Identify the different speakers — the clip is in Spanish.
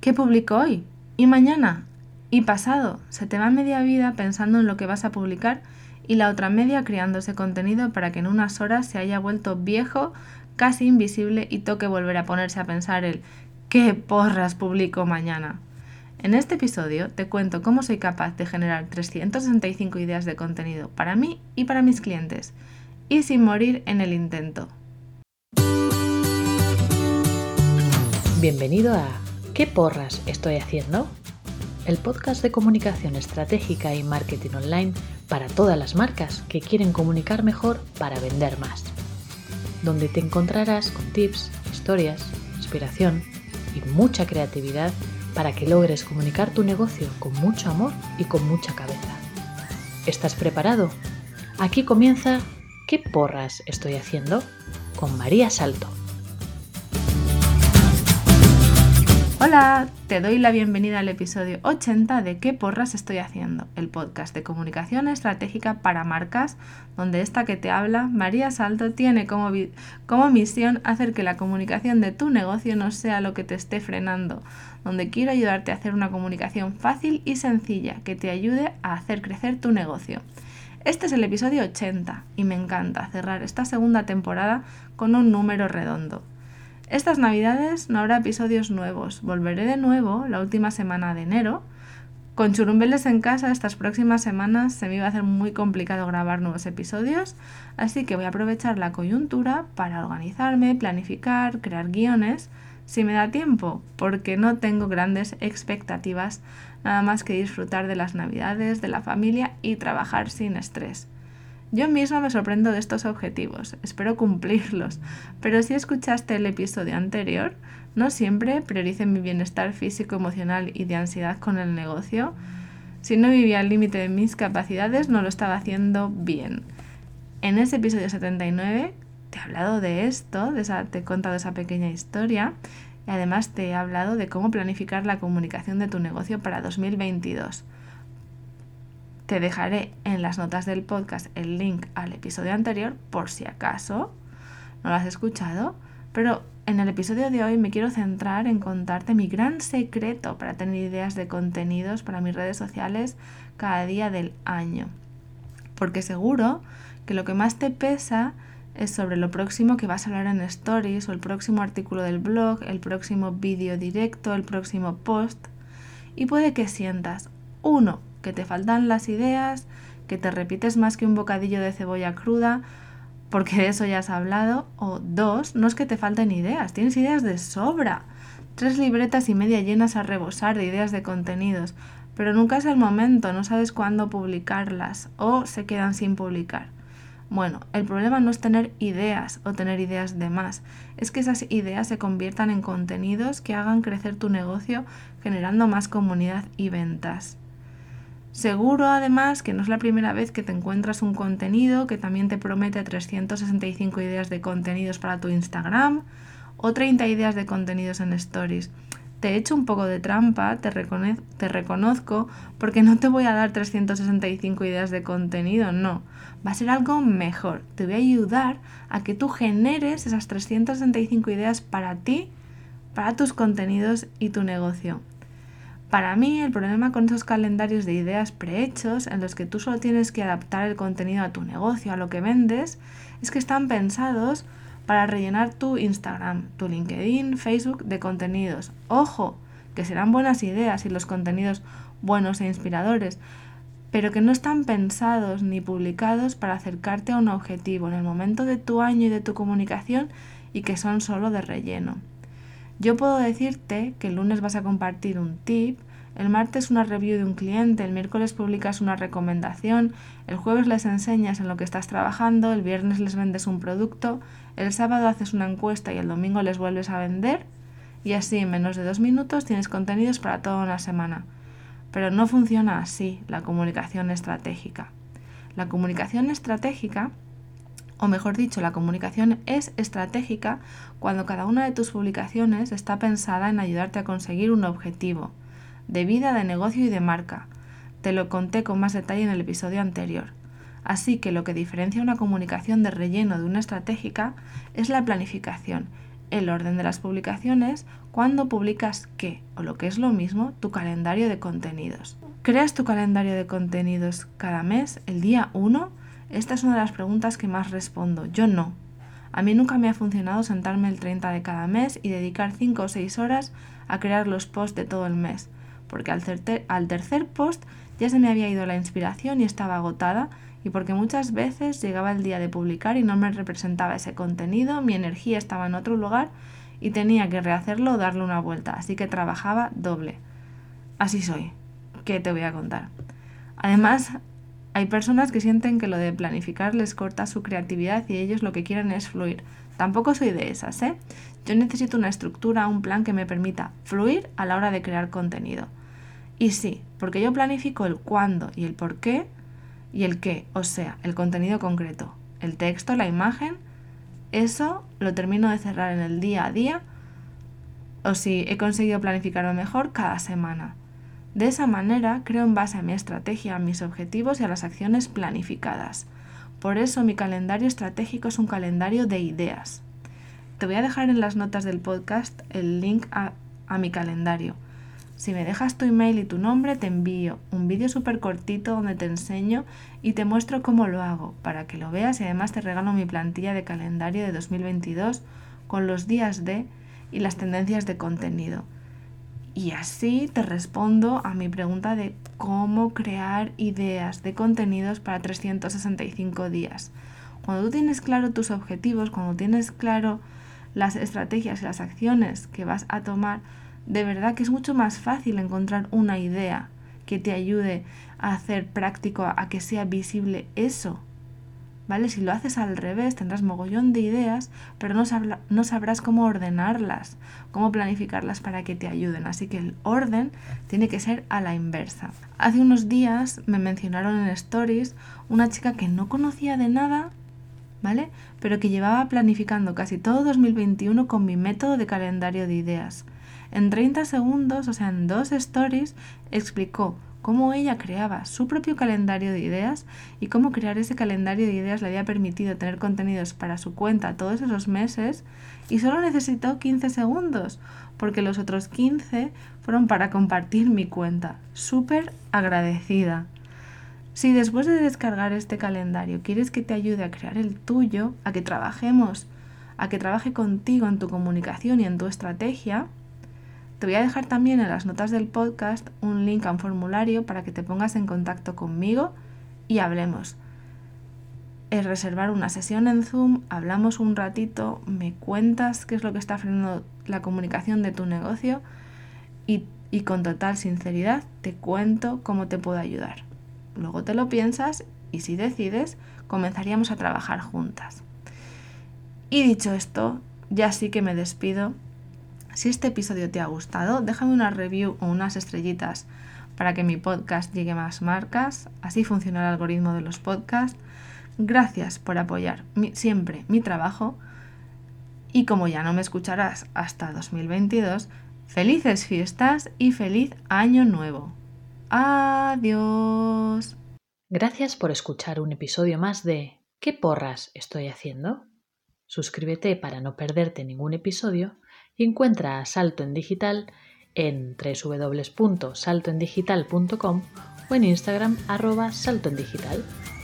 Speaker 1: ¿Qué publico hoy? ¿Y mañana? ¿Y pasado? Se te va media vida pensando en lo que vas a publicar y la otra media creando ese contenido para que en unas horas se haya vuelto viejo, casi invisible y toque volver a ponerse a pensar el ¿qué porras publico mañana? En este episodio te cuento cómo soy capaz de generar 365 ideas de contenido para mí y para mis clientes, y sin morir en el intento.
Speaker 2: Bienvenido a ¿Qué porras estoy haciendo? El podcast de comunicación estratégica y marketing online para todas las marcas que quieren comunicar mejor para vender más. Donde te encontrarás con tips, historias, inspiración y mucha creatividad para que logres comunicar tu negocio con mucho amor y con mucha cabeza. ¿Estás preparado? Aquí comienza ¿Qué porras estoy haciendo? Con María Salto.
Speaker 1: Hola, te doy la bienvenida al episodio 80 de ¿Qué porras estoy haciendo? El podcast de comunicación estratégica para marcas, donde esta que te habla, María Salto, tiene como misión hacer que la comunicación de tu negocio no sea lo que te esté frenando, donde quiero ayudarte a hacer una comunicación fácil y sencilla que te ayude a hacer crecer tu negocio. Este es el episodio 80 y me encanta cerrar esta segunda temporada con un número redondo. Estas navidades no habrá episodios nuevos. Volveré de nuevo la última semana de enero. Con churumbeles en casa estas próximas semanas se me iba a hacer muy complicado grabar nuevos episodios, así que voy a aprovechar la coyuntura para organizarme, planificar, crear guiones, si me da tiempo, porque no tengo grandes expectativas, nada más que disfrutar de las navidades, de la familia y trabajar sin estrés. Yo misma me sorprendo de estos objetivos, espero cumplirlos, pero si escuchaste el episodio anterior, no siempre prioricé mi bienestar físico, emocional y de ansiedad con el negocio. Si no vivía al límite de mis capacidades, no lo estaba haciendo bien. En ese episodio 79 te he hablado de esto, te he contado esa pequeña historia y además te he hablado de cómo planificar la comunicación de tu negocio para 2022. Te dejaré en las notas del podcast el link al episodio anterior por si acaso no lo has escuchado, pero en el episodio de hoy me quiero centrar en contarte mi gran secreto para tener ideas de contenidos para mis redes sociales cada día del año. Porque seguro que lo que más te pesa es sobre lo próximo que vas a hablar en Stories o el próximo artículo del blog, el próximo vídeo directo, el próximo post. Y puede que sientas, 1, que te faltan las ideas, que te repites más que un bocadillo de cebolla cruda, porque de eso ya has hablado, o 2, no es que te falten ideas, tienes ideas de sobra. 3 libretas y media llenas a rebosar de ideas de contenidos, pero nunca es el momento, no sabes cuándo publicarlas o se quedan sin publicar. Bueno, el problema no es tener ideas o tener ideas de más, es que esas ideas se conviertan en contenidos que hagan crecer tu negocio generando más comunidad y ventas. Seguro además que no es la primera vez que te encuentras un contenido que también te promete 365 ideas de contenidos para tu Instagram o 30 ideas de contenidos en Stories. Te he hecho un poco de trampa, te reconozco, porque no te voy a dar 365 ideas de contenido, no. Va a ser algo mejor. Te voy a ayudar a que tú generes esas 365 ideas para ti, para tus contenidos y tu negocio. Para mí, el problema con esos calendarios de ideas prehechos, en los que tú solo tienes que adaptar el contenido a tu negocio, a lo que vendes, es que están pensados para rellenar tu Instagram, tu LinkedIn, Facebook de contenidos. Ojo, que serán buenas ideas y los contenidos buenos e inspiradores, pero que no están pensados ni publicados para acercarte a un objetivo en el momento de tu año y de tu comunicación y que son solo de relleno. Yo puedo decirte que el lunes vas a compartir un tip, el martes una review de un cliente, el miércoles publicas una recomendación, el jueves les enseñas en lo que estás trabajando, el viernes les vendes un producto, el sábado haces una encuesta y el domingo les vuelves a vender y así en menos de 2 minutos tienes contenidos para toda una semana. Pero no funciona así la comunicación estratégica. La comunicación estratégica, o mejor dicho, la comunicación es estratégica cuando cada una de tus publicaciones está pensada en ayudarte a conseguir un objetivo de vida, de negocio y de marca. Te lo conté con más detalle en el episodio anterior. Así que lo que diferencia una comunicación de relleno de una estratégica es la planificación, el orden de las publicaciones cuando publicas qué, o lo que es lo mismo, tu calendario de contenidos. ¿Creas tu calendario de contenidos cada mes, el día 1? Esta es una de las preguntas que más respondo. Yo no. A mí nunca me ha funcionado sentarme el 30 de cada mes y dedicar 5 o 6 horas a crear los posts de todo el mes, porque al tercer post ya se me había ido la inspiración y estaba agotada, y porque muchas veces llegaba el día de publicar y no me representaba ese contenido, mi energía estaba en otro lugar y tenía que rehacerlo o darle una vuelta, así que trabajaba doble. Así soy. ¿Qué te voy a contar? Además, hay personas que sienten que lo de planificar les corta su creatividad y ellos lo que quieren es fluir. Tampoco soy de esas, ¿eh? Yo necesito una estructura, un plan que me permita fluir a la hora de crear contenido. Y sí, porque yo planifico el cuándo y el por qué y el qué, o sea, el contenido concreto, el texto, la imagen, eso lo termino de cerrar en el día a día, o si he conseguido planificarlo mejor, cada semana. De esa manera creo en base a mi estrategia, a mis objetivos y a las acciones planificadas. Por eso mi calendario estratégico es un calendario de ideas. Te voy a dejar en las notas del podcast el link a mi calendario. Si me dejas tu email y tu nombre, te envío un vídeo súper cortito donde te enseño y te muestro cómo lo hago para que lo veas, y además te regalo mi plantilla de calendario de 2022 con los días de y las tendencias de contenido. Y así te respondo a mi pregunta de cómo crear ideas de contenidos para 365 días. Cuando tú tienes claro tus objetivos, cuando tienes claro las estrategias y las acciones que vas a tomar, de verdad que es mucho más fácil encontrar una idea que te ayude a hacer práctico, a que sea visible eso. ¿Vale? Si lo haces al revés, tendrás mogollón de ideas, pero no sabrás cómo ordenarlas, cómo planificarlas para que te ayuden. Así que el orden tiene que ser a la inversa. Hace unos días me mencionaron en Stories una chica que no conocía de nada, ¿vale? Pero que llevaba planificando casi todo 2021 con mi método de calendario de ideas. En 30 segundos, o sea, en 2 stories, explicó cómo ella creaba su propio calendario de ideas y cómo crear ese calendario de ideas le había permitido tener contenidos para su cuenta todos esos meses, y solo necesitó 15 segundos, porque los otros 15 fueron para compartir mi cuenta. Súper agradecida. Si después de descargar este calendario quieres que te ayude a crear el tuyo, a que trabajemos, a que trabaje contigo en tu comunicación y en tu estrategia, te voy a dejar también en las notas del podcast un link a un formulario para que te pongas en contacto conmigo y hablemos. Es reservar una sesión en Zoom, hablamos un ratito, me cuentas qué es lo que está frenando la comunicación de tu negocio y con total sinceridad te cuento cómo te puedo ayudar. Luego te lo piensas y si decides, comenzaríamos a trabajar juntas. Y dicho esto, ya sí que me despido. Si este episodio te ha gustado, déjame una review o unas estrellitas para que mi podcast llegue a más marcas. Así funciona el algoritmo de los podcasts. Gracias por apoyar siempre mi trabajo. Y como ya no me escucharás hasta 2022, felices fiestas y feliz año nuevo. Adiós.
Speaker 2: Gracias por escuchar un episodio más de ¿Qué porras estoy haciendo? Suscríbete para no perderte ningún episodio y encuentra a Salto en Digital en www.saltoendigital.com o en Instagram @saltoendigital.